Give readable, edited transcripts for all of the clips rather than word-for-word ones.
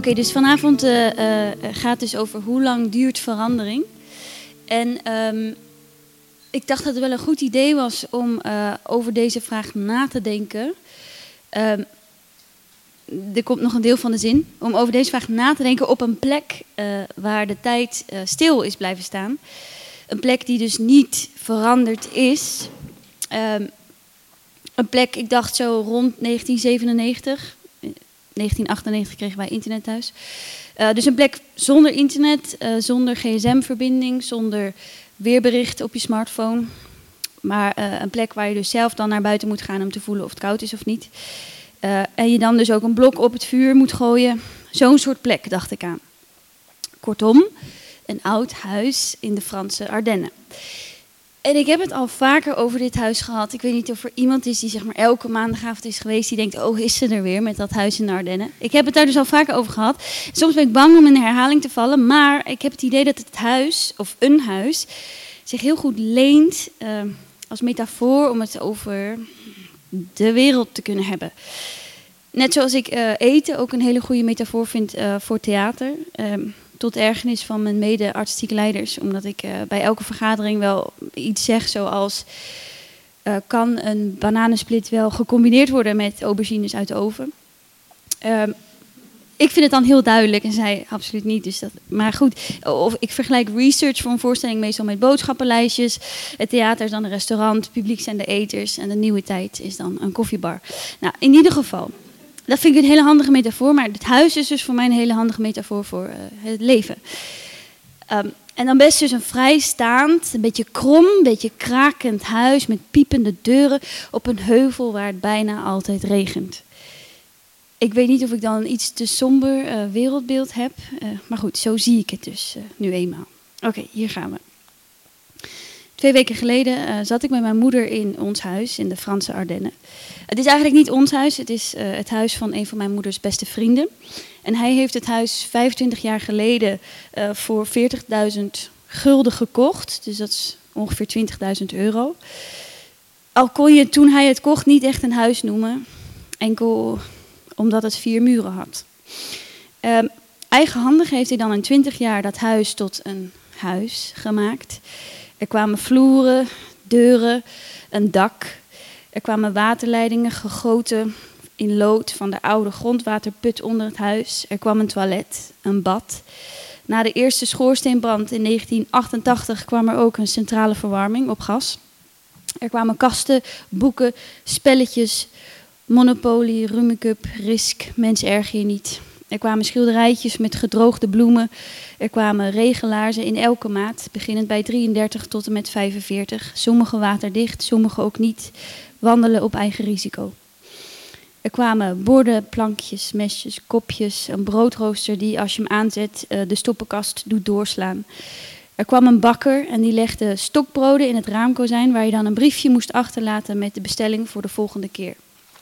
Oké, dus vanavond gaat dus over hoe lang duurt verandering. En ik dacht dat het wel een goed idee was om over deze vraag na te denken. Er komt nog een deel van de zin. Om over deze vraag na te denken op een plek waar de tijd stil is blijven staan. Een plek die dus niet veranderd is. Een plek, ik dacht zo rond 1997... 1998 kregen wij internet thuis. Dus een plek zonder internet, zonder gsm-verbinding, zonder weerbericht op je smartphone. Maar een plek waar je dus zelf dan naar buiten moet gaan om te voelen of het koud is of niet. En je dan dus ook een blok op het vuur moet gooien. Zo'n soort plek, dacht ik aan. Kortom, een oud huis in de Franse Ardennen. En ik heb het al vaker over dit huis gehad. Ik weet niet of er iemand is die zeg maar elke maandagavond is geweest die denkt, oh, is ze er weer met dat huis in de Ardennen. Ik heb het daar dus al vaker over gehad. Soms ben ik bang om in de herhaling te vallen, maar ik heb het idee dat het huis, of een huis, zich heel goed leent als metafoor om het over de wereld te kunnen hebben. Net zoals ik eten ook een hele goede metafoor vind voor theater. Tot ergernis van mijn mede-artistieke leiders. Omdat ik bij elke vergadering wel iets zeg zoals... kan een bananensplit wel gecombineerd worden met aubergines uit de oven? Ik vind het dan heel duidelijk en zij absoluut niet. Dus maar goed, of ik vergelijk research voor een voorstelling meestal met boodschappenlijstjes. Het theater is dan een restaurant, het publiek zijn de eters... en de nieuwe tijd is dan een koffiebar. Nou, in ieder geval... Dat vind ik een hele handige metafoor, maar het huis is dus voor mij een hele handige metafoor voor het leven. En dan best dus een vrijstaand, een beetje krom, een beetje krakend huis met piepende deuren op een heuvel waar het bijna altijd regent. Ik weet niet of ik dan een iets te somber wereldbeeld heb, maar goed, zo zie ik het dus nu eenmaal. Oké, hier gaan we. 2 weken geleden zat ik met mijn moeder in ons huis in de Franse Ardennen. Het is eigenlijk niet ons huis, het is het huis van een van mijn moeders beste vrienden. En hij heeft het huis 25 jaar geleden voor 40.000 gulden gekocht. Dus dat is ongeveer 20.000 euro. Al kon je toen hij het kocht niet echt een huis noemen. Enkel omdat het 4 muren had. Eigenhandig heeft hij dan in 20 jaar dat huis tot een huis gemaakt. Er kwamen vloeren, deuren, een dak. Er kwamen waterleidingen gegoten in lood van de oude grondwaterput onder het huis. Er kwam een toilet, een bad. Na de eerste schoorsteenbrand in 1988 kwam er ook een centrale verwarming op gas. Er kwamen kasten, boeken, spelletjes, Monopoly, Rummikub, Risk, Mens erger je niet. Er kwamen schilderijtjes met gedroogde bloemen. Er kwamen regelaarzen in elke maat, beginnend bij 33 tot en met 45. Sommige waterdicht, sommige ook niet. Wandelen op eigen risico. Er kwamen borden, plankjes, mesjes, kopjes, een broodrooster die als je hem aanzet de stoppenkast doet doorslaan. Er kwam een bakker en die legde stokbroden in het raamkozijn waar je dan een briefje moest achterlaten met de bestelling voor de volgende keer.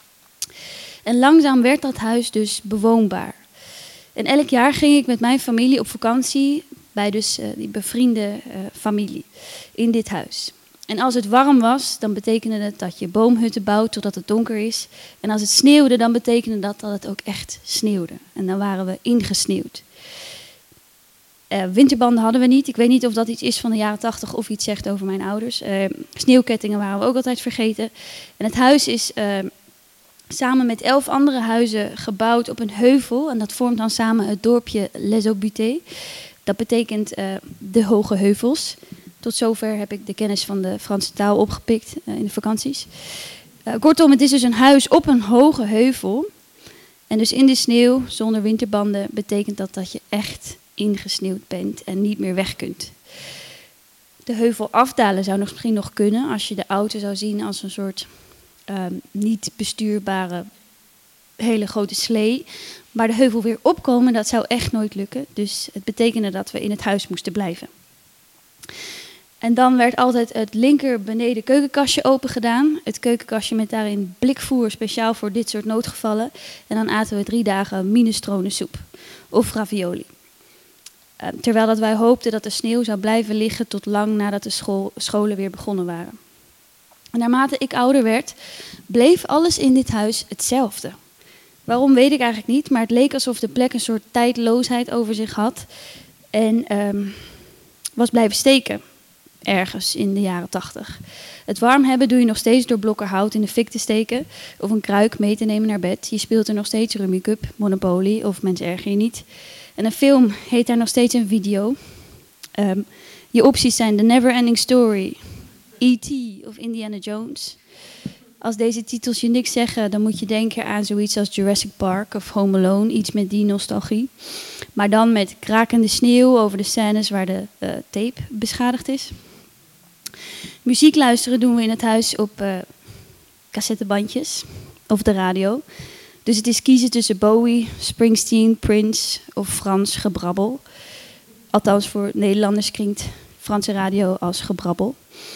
En langzaam werd dat huis dus bewoonbaar. En elk jaar ging ik met mijn familie op vakantie bij dus die bevriende familie in dit huis. En als het warm was, dan betekende het dat je boomhutten bouwt totdat het donker is. En als het sneeuwde, dan betekende dat het ook echt sneeuwde. En dan waren we ingesneeuwd. Winterbanden hadden we niet. Ik weet niet of dat iets is van de jaren 80 of iets zegt over mijn ouders. Sneeuwkettingen waren we ook altijd vergeten. En het huis is samen met 11 andere huizen gebouwd op een heuvel. En dat vormt dan samen het dorpje Les Hauts-Butés. Dat betekent de hoge heuvels. Tot zover heb ik de kennis van de Franse taal opgepikt in de vakanties. Kortom, het is dus een huis op een hoge heuvel. En dus in de sneeuw, zonder winterbanden, betekent dat je echt ingesneeuwd bent en niet meer weg kunt. De heuvel afdalen zou misschien nog kunnen als je de auto zou zien als een soort niet bestuurbare hele grote slee. Maar de heuvel weer opkomen, dat zou echt nooit lukken. Dus het betekende dat we in het huis moesten blijven. En dan werd altijd het linker beneden keukenkastje open gedaan. Het keukenkastje met daarin blikvoer, speciaal voor dit soort noodgevallen. En dan aten we 3 dagen minestronensoep of ravioli. Terwijl dat wij hoopten dat de sneeuw zou blijven liggen tot lang nadat de scholen weer begonnen waren. En naarmate ik ouder werd, bleef alles in dit huis hetzelfde. Waarom weet ik eigenlijk niet, maar het leek alsof de plek een soort tijdloosheid over zich had. En was blijven steken, ergens in de jaren 80. Het warm hebben doe je nog steeds door blokken hout in de fik te steken of een kruik mee te nemen naar bed. Je speelt er nog steeds Rummikub, Monopoly of Mensen erger je niet. En een film heet daar nog steeds een video. Je opties zijn The Neverending Story, E.T. of Indiana Jones. Als deze titels je niks zeggen, dan moet je denken aan zoiets als Jurassic Park of Home Alone. Iets met die nostalgie. Maar dan met krakende sneeuw over de scènes waar de tape beschadigd is. Muziek luisteren doen we in het huis op cassettebandjes of de radio. Dus het is kiezen tussen Bowie, Springsteen, Prince of Frans gebrabbel. Althans, voor Nederlanders klinkt Franse radio als gebrabbel.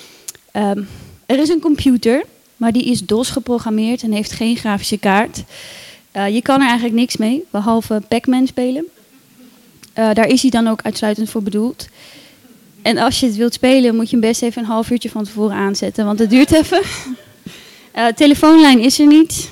Er is een computer, maar die is DOS geprogrammeerd en heeft geen grafische kaart. Je kan er eigenlijk niks mee, behalve Pac-Man spelen. Daar is hij dan ook uitsluitend voor bedoeld. En als je het wilt spelen, moet je hem best even een half uurtje van tevoren aanzetten, want het duurt even. Telefoonlijn is er niet.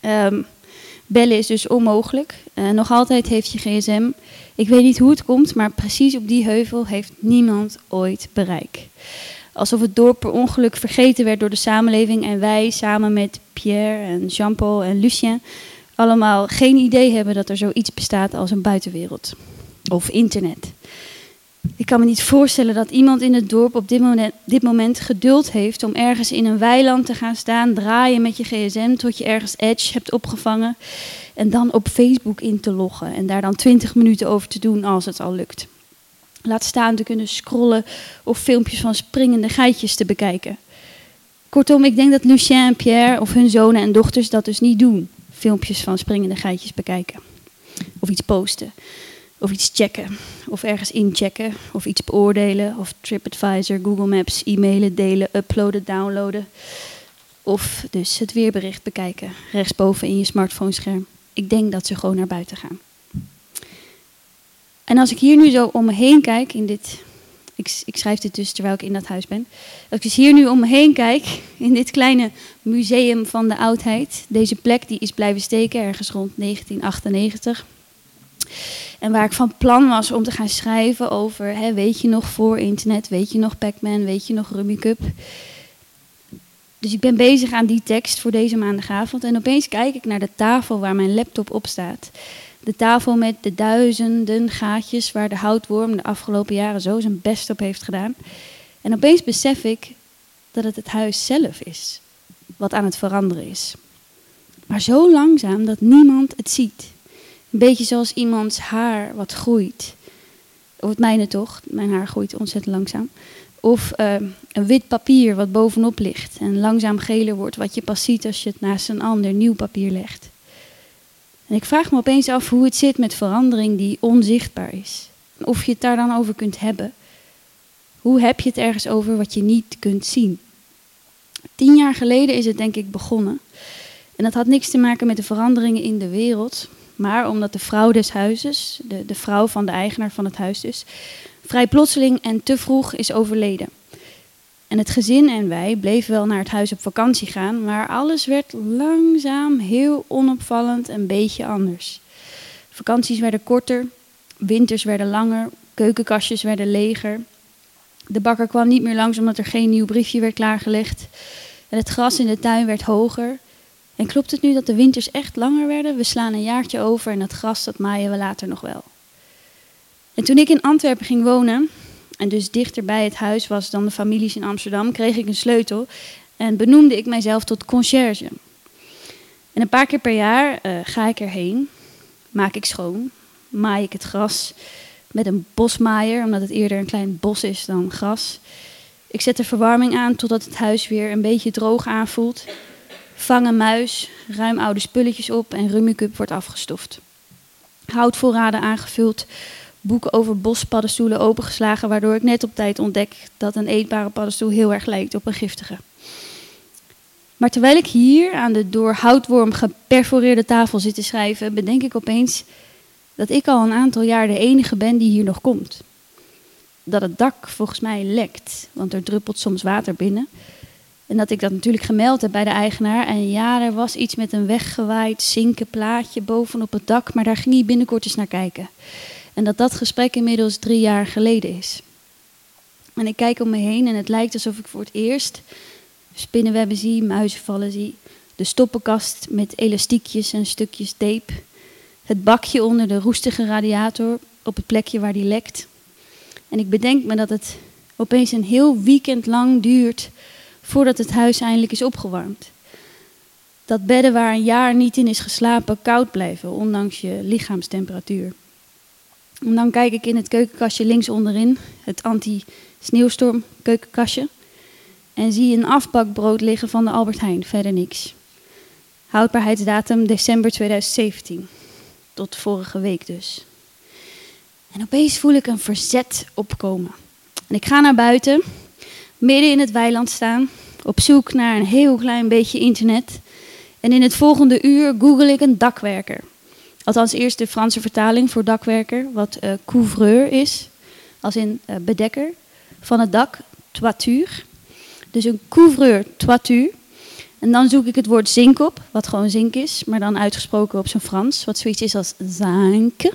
Bellen is dus onmogelijk. Nog altijd heeft je gsm. Ik weet niet hoe het komt, maar precies op die heuvel heeft niemand ooit bereik. Alsof het dorp per ongeluk vergeten werd door de samenleving en wij samen met Pierre en Jean-Paul en Lucien allemaal geen idee hebben dat er zoiets bestaat als een buitenwereld. Of internet. Ik kan me niet voorstellen dat iemand in het dorp op dit moment geduld heeft om ergens in een weiland te gaan staan, draaien met je gsm tot je ergens Edge hebt opgevangen en dan op Facebook in te loggen en daar dan 20 minuten over te doen als het al lukt. Laat staan te kunnen scrollen of filmpjes van springende geitjes te bekijken. Kortom, ik denk dat Lucien en Pierre of hun zonen en dochters dat dus niet doen. Filmpjes van springende geitjes bekijken. Of iets posten. Of iets checken. Of ergens inchecken. Of iets beoordelen. Of TripAdvisor, Google Maps, e-mailen, delen, uploaden, downloaden. Of dus het weerbericht bekijken. Rechtsboven in je smartphonescherm. Ik denk dat ze gewoon naar buiten gaan. En als ik hier nu zo om me heen kijk, ik schrijf dit dus terwijl ik in dat huis ben. Als ik dus hier nu om me heen kijk, in dit kleine museum van de oudheid. Deze plek die is blijven steken ergens rond 1998. En waar ik van plan was om te gaan schrijven over, weet je nog voor internet, weet je nog Pac-Man, weet je nog Rummikub. Dus ik ben bezig aan die tekst voor deze maandagavond. En opeens kijk ik naar de tafel waar mijn laptop op staat. De tafel met de duizenden gaatjes waar de houtworm de afgelopen jaren zo zijn best op heeft gedaan. En opeens besef ik dat het het huis zelf is, wat aan het veranderen is. Maar zo langzaam dat niemand het ziet. Een beetje zoals iemands haar wat groeit. Of het mijne toch, mijn haar groeit ontzettend langzaam. Of een wit papier wat bovenop ligt en langzaam geler wordt, wat je pas ziet als je het naast een ander nieuw papier legt. En ik vraag me opeens af hoe het zit met verandering die onzichtbaar is. Of je het daar dan over kunt hebben. Hoe heb je het ergens over wat je niet kunt zien? 10 jaar geleden is het denk ik begonnen. En dat had niks te maken met de veranderingen in de wereld. Maar omdat de vrouw des huizes, de vrouw van de eigenaar van het huis dus, vrij plotseling en te vroeg is overleden. En het gezin en wij bleven wel naar het huis op vakantie gaan, maar alles werd langzaam, heel onopvallend een beetje anders. Vakanties werden korter, winters werden langer, keukenkastjes werden leger. De bakker kwam niet meer langs omdat er geen nieuw briefje werd klaargelegd. En het gras in de tuin werd hoger. En klopt het nu dat de winters echt langer werden? We slaan een jaartje over en dat gras dat maaien we later nog wel. En toen ik in Antwerpen ging wonen, en dus dichter bij het huis was dan de families in Amsterdam, kreeg ik een sleutel en benoemde ik mijzelf tot conciërge. En een paar keer per jaar ga ik erheen, maak ik schoon, maai ik het gras met een bosmaaier, omdat het eerder een klein bos is dan gras. Ik zet de verwarming aan totdat het huis weer een beetje droog aanvoelt. Vang een muis, ruim oude spulletjes op en Rummikub wordt afgestoft. Houtvoorraden aangevuld, boeken over bospaddenstoelen opengeslagen, waardoor ik net op tijd ontdek dat een eetbare paddenstoel heel erg lijkt op een giftige. Maar terwijl ik hier aan de door houtworm geperforeerde tafel zit te schrijven, bedenk ik opeens dat ik al een aantal jaar de enige ben die hier nog komt. Dat het dak volgens mij lekt, want er druppelt soms water binnen. En dat ik dat natuurlijk gemeld heb bij de eigenaar. En ja, er was iets met een weggewaaid zinken plaatje bovenop het dak, maar daar ging hij binnenkort eens naar kijken. En dat gesprek inmiddels 3 jaar geleden is. En ik kijk om me heen en het lijkt alsof ik voor het eerst spinnenwebben zie, muizenvallen zie. De stoppenkast met elastiekjes en stukjes tape. Het bakje onder de roestige radiator op het plekje waar die lekt. En ik bedenk me dat het opeens een heel weekend lang duurt voordat het huis eindelijk is opgewarmd. Dat bedden waar een jaar niet in is geslapen koud blijven, ondanks je lichaamstemperatuur. En dan kijk ik in het keukenkastje links onderin, het anti-sneeuwstorm keukenkastje. En zie een afbakbrood liggen van de Albert Heijn, verder niks. Houdbaarheidsdatum december 2017. Tot vorige week dus. En opeens voel ik een verzet opkomen. En ik ga naar buiten, midden in het weiland staan, op zoek naar een heel klein beetje internet. En in het volgende uur google ik een dakwerker. Althans eerst de Franse vertaling voor dakwerker, wat couvreur is, als in bedekker van het dak, toiture. Dus een couvreur toiture. En dan zoek ik het woord zink op, wat gewoon zink is, maar dan uitgesproken op zijn Frans, wat zoiets is als zinc.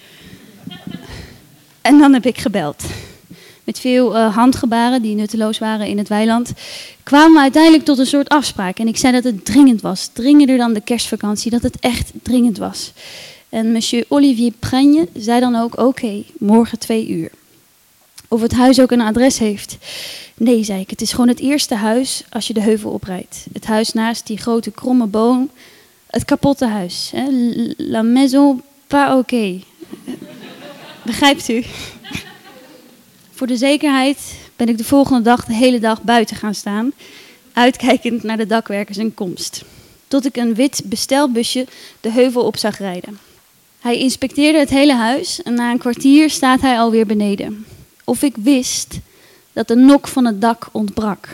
En dan heb ik gebeld. Met veel handgebaren die nutteloos waren in het weiland, kwamen we uiteindelijk tot een soort afspraak. En ik zei dat het dringend was, dringender dan de kerstvakantie, dat het echt dringend was. En monsieur Olivier Pregne zei dan ook, oké, morgen 2 uur. Of het huis ook een adres heeft. Nee, zei ik, het is gewoon het eerste huis als je de heuvel oprijdt. Het huis naast die grote kromme boom, het kapotte huis. Hè? La maison pas oké. Begrijpt u? Voor de zekerheid ben ik de volgende dag de hele dag buiten gaan staan, uitkijkend naar de dakwerkers in komst. Tot ik een wit bestelbusje de heuvel op zag rijden. Hij inspecteerde het hele huis en na een kwartier staat hij alweer beneden. Of ik wist dat de nok van het dak ontbrak.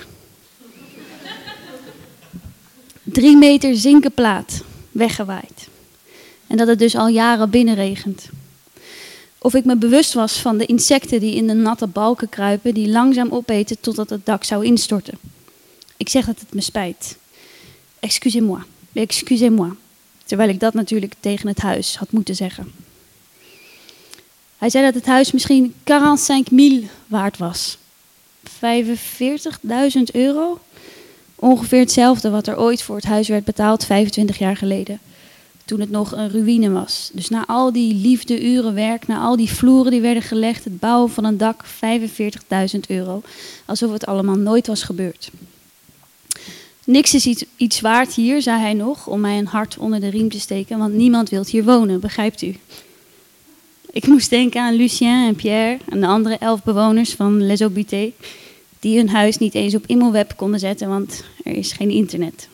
3 meter zinken plaat, weggewaaid. En dat het dus al jaren binnenregent. Of ik me bewust was van de insecten die in de natte balken kruipen, die langzaam opeten totdat het dak zou instorten. Ik zeg dat het me spijt. Excusez-moi, excusez-moi. Terwijl ik dat natuurlijk tegen het huis had moeten zeggen. Hij zei dat het huis misschien 45.000 waard was. 45.000 euro? Ongeveer hetzelfde wat er ooit voor het huis werd betaald 25 jaar geleden. Toen het nog een ruïne was. Dus na al die liefde, uren werk, na al die vloeren die werden gelegd, het bouwen van een dak, 45.000 euro. Alsof het allemaal nooit was gebeurd. Niks is iets waard hier, zei hij nog, om mij een hart onder de riem te steken, want niemand wil hier wonen, begrijpt u? Ik moest denken aan Lucien en Pierre en de andere 11 bewoners van Les Hauts-Butés, die hun huis niet eens op Immelweb konden zetten, want er is geen internet.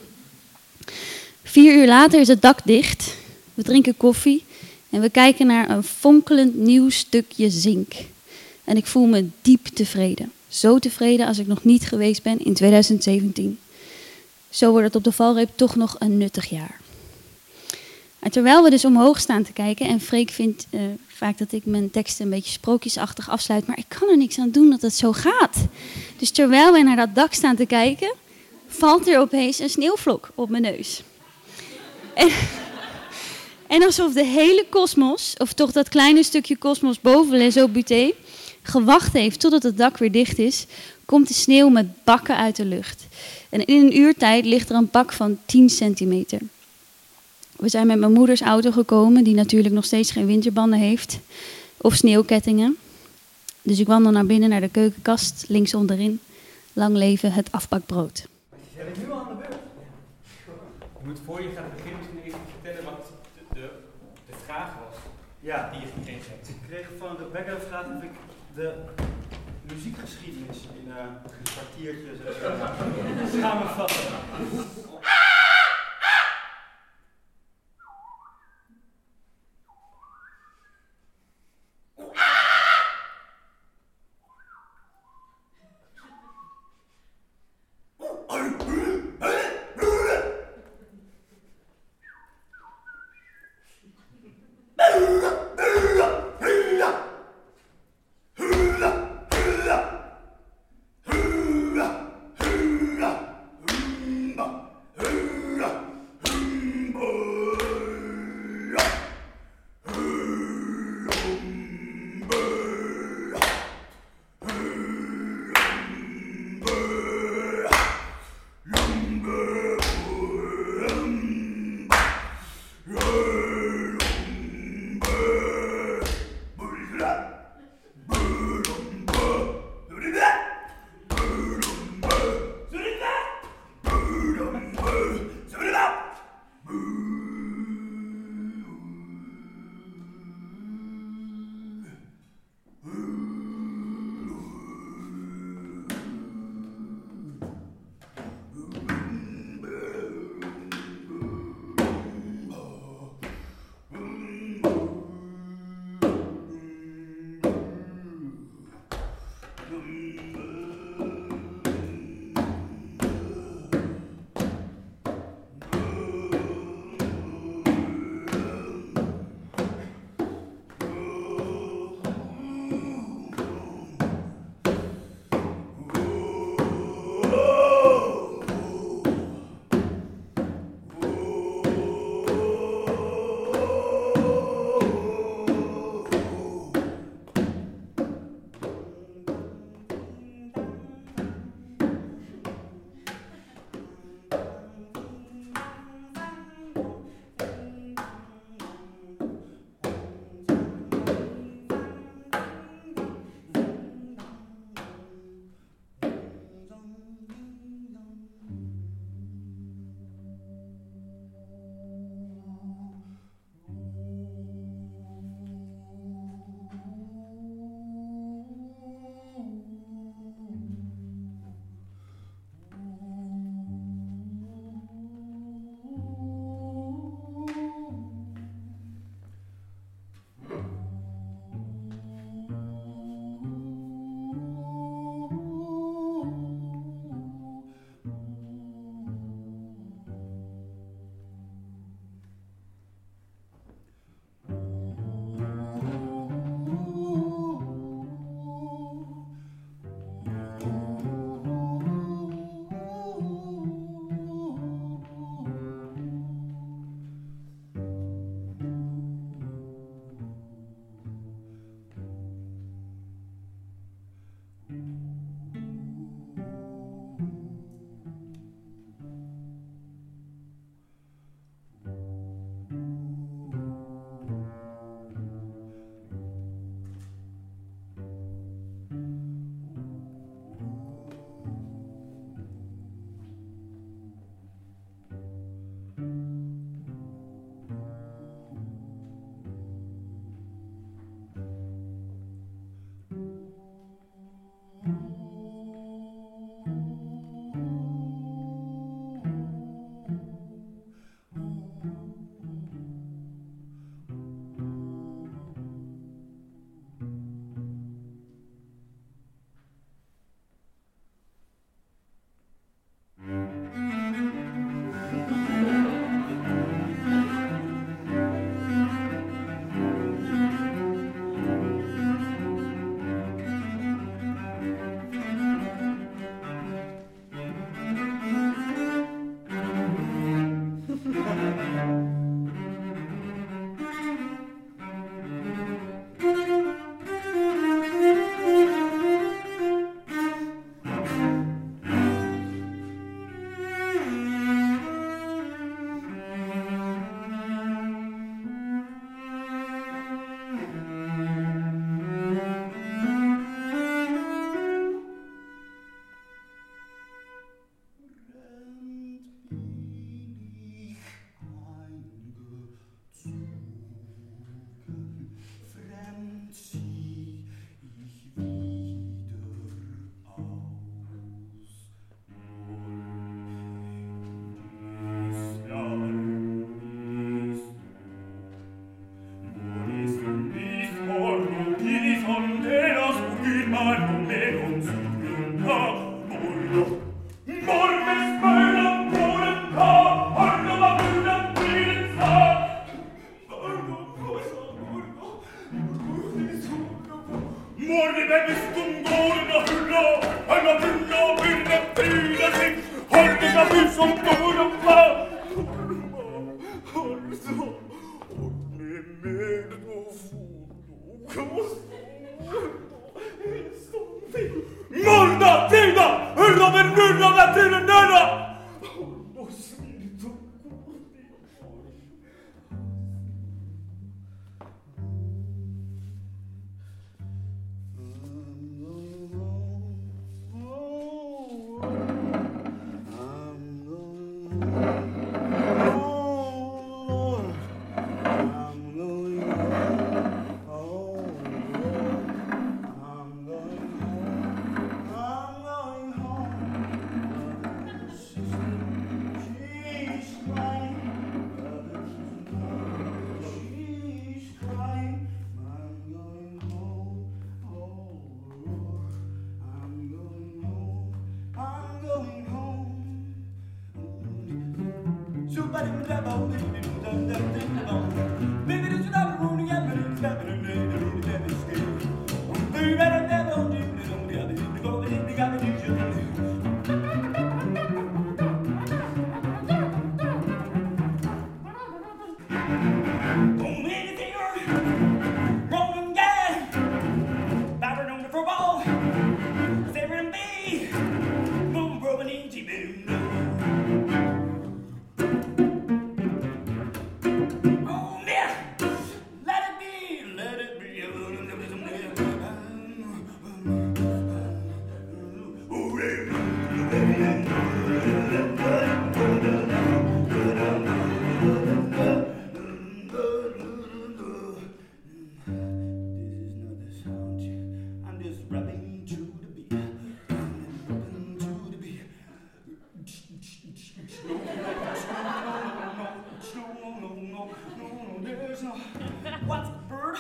4 uur later is het dak dicht, we drinken koffie en we kijken naar een fonkelend nieuw stukje zink. En ik voel me diep tevreden. Zo tevreden als ik nog niet geweest ben in 2017. Zo wordt het op de valreep toch nog een nuttig jaar. En terwijl we dus omhoog staan te kijken, en Freek vindt vaak dat ik mijn teksten een beetje sprookjesachtig afsluit, maar ik kan er niks aan doen dat het zo gaat. Dus terwijl wij naar dat dak staan te kijken, valt er opeens een sneeuwvlok op mijn neus. En alsof de hele kosmos, of toch dat kleine stukje kosmos boven Les Hauts-Butés, gewacht heeft totdat het dak weer dicht is, komt de sneeuw met bakken uit de lucht. En in een uurtijd ligt er een bak van 10 centimeter. We zijn met mijn moeders auto gekomen, die natuurlijk nog steeds geen winterbanden heeft, of sneeuwkettingen. Dus ik wandel naar binnen, naar de keukenkast, links onderin. Lang leven het afbakbrood. Jij bent nu al aan de beurt. Je moet voor je gaat beginnen misschien even vertellen wat de vraag was die je gekregen hebt. Ik kreeg van Rebecca de vraag of ik de muziekgeschiedenis in een kwartiertje samenvatten. What's the bird?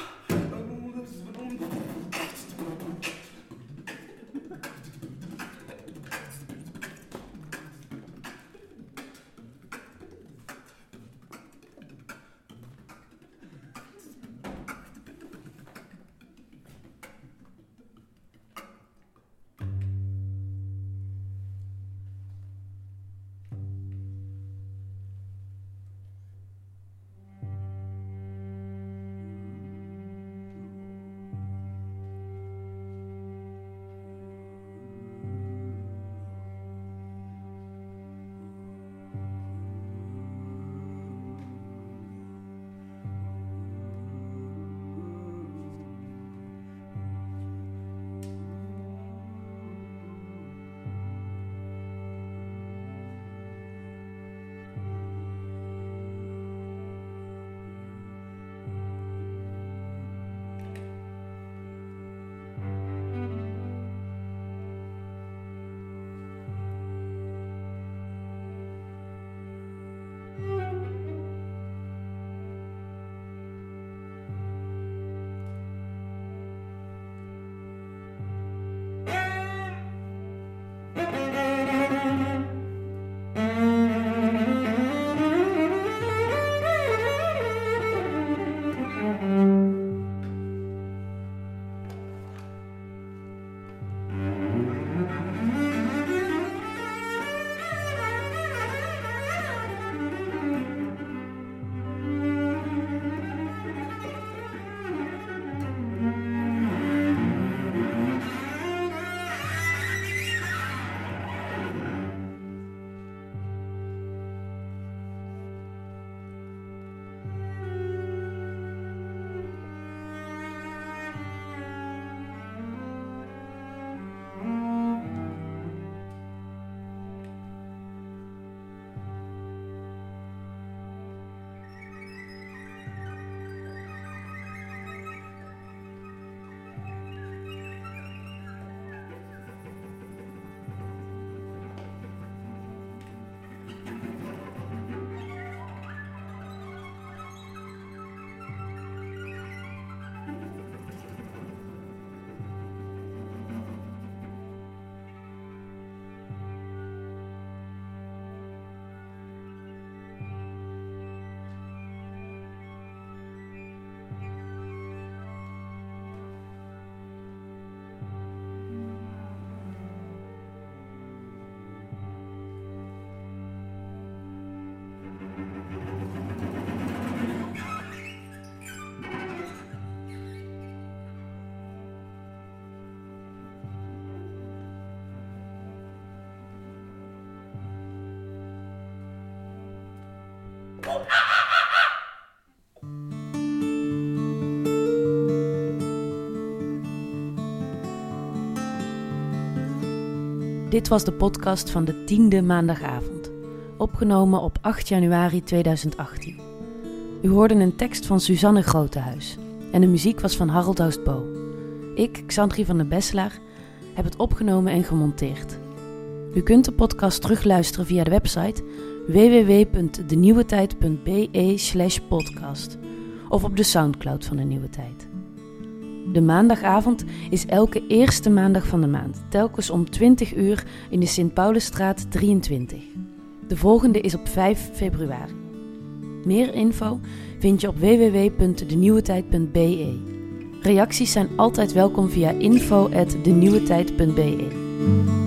Dit was de podcast van de 10e maandagavond, opgenomen op 8 januari 2018. U hoorde een tekst van Suzanne Grotehuis en de muziek was van Harold Oostbo. Ik, Xandri van den Besselaar, heb het opgenomen en gemonteerd. U kunt de podcast terugluisteren via de website www.denieuwetijd.be/podcast of op de Soundcloud van De Nieuwe Tijd. De maandagavond is elke eerste maandag van de maand, telkens om 20 uur in de Sint-Paulusstraat 23. De volgende is op 5 februari. Meer info vind je op www.denieuwetijd.be. Reacties zijn altijd welkom via info@denieuwetijd.be.